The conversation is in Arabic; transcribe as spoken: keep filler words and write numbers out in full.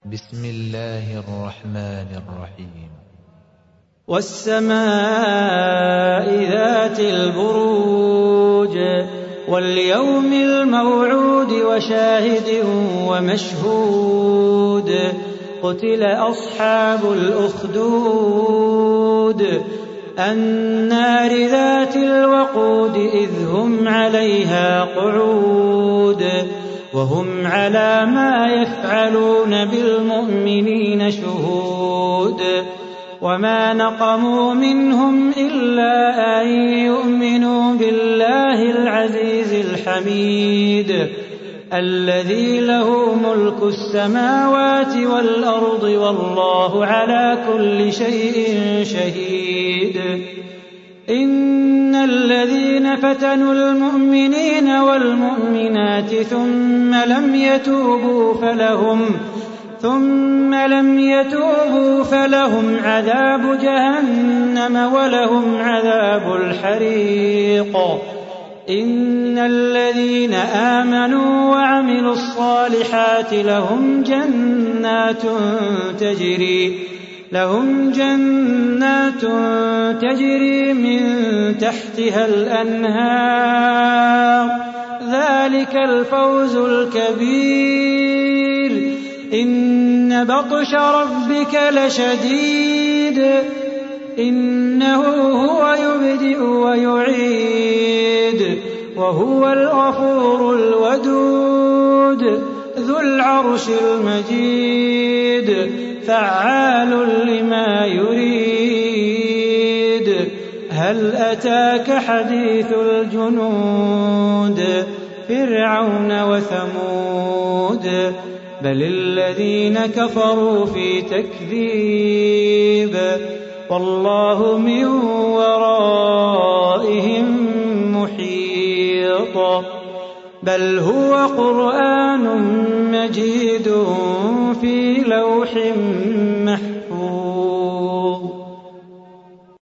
بسم الله الرحمن الرحيم. والسماء ذات البروج واليوم الموعود وشاهد ومشهود قتل أصحاب الأخدود النار ذات الوقود إذ هم عليها قعود وهم على ما يفعلون بالمؤمنين شهود وما نقموا منهم إلا أن يؤمنوا بالله العزيز الحميد الذي له ملك السماوات والأرض والله على كل شيء شهيد. إن الذين فتنوا المؤمنين والمؤمنات ثم لم يتوبوا فلهم ثم لم يتوبوا فلهم عذاب جهنم ولهم عذاب الحريق. إن الذين آمنوا وعملوا الصالحات لهم جنات تجري لهم جنات تجري من تحتها الأنهار ذلك الفوز الكبير. إن بطش ربك لشديد إنه هو يبدئ ويعيد وهو الغفور الودود ذو العرش المجيد فعال لما يريد. هل أتاك حديث الجنود فرعون وثمود بل الذين كفروا في تكذيب والله من ورائهم محيط. بل هو قرآن مجيد في لوح محفوظ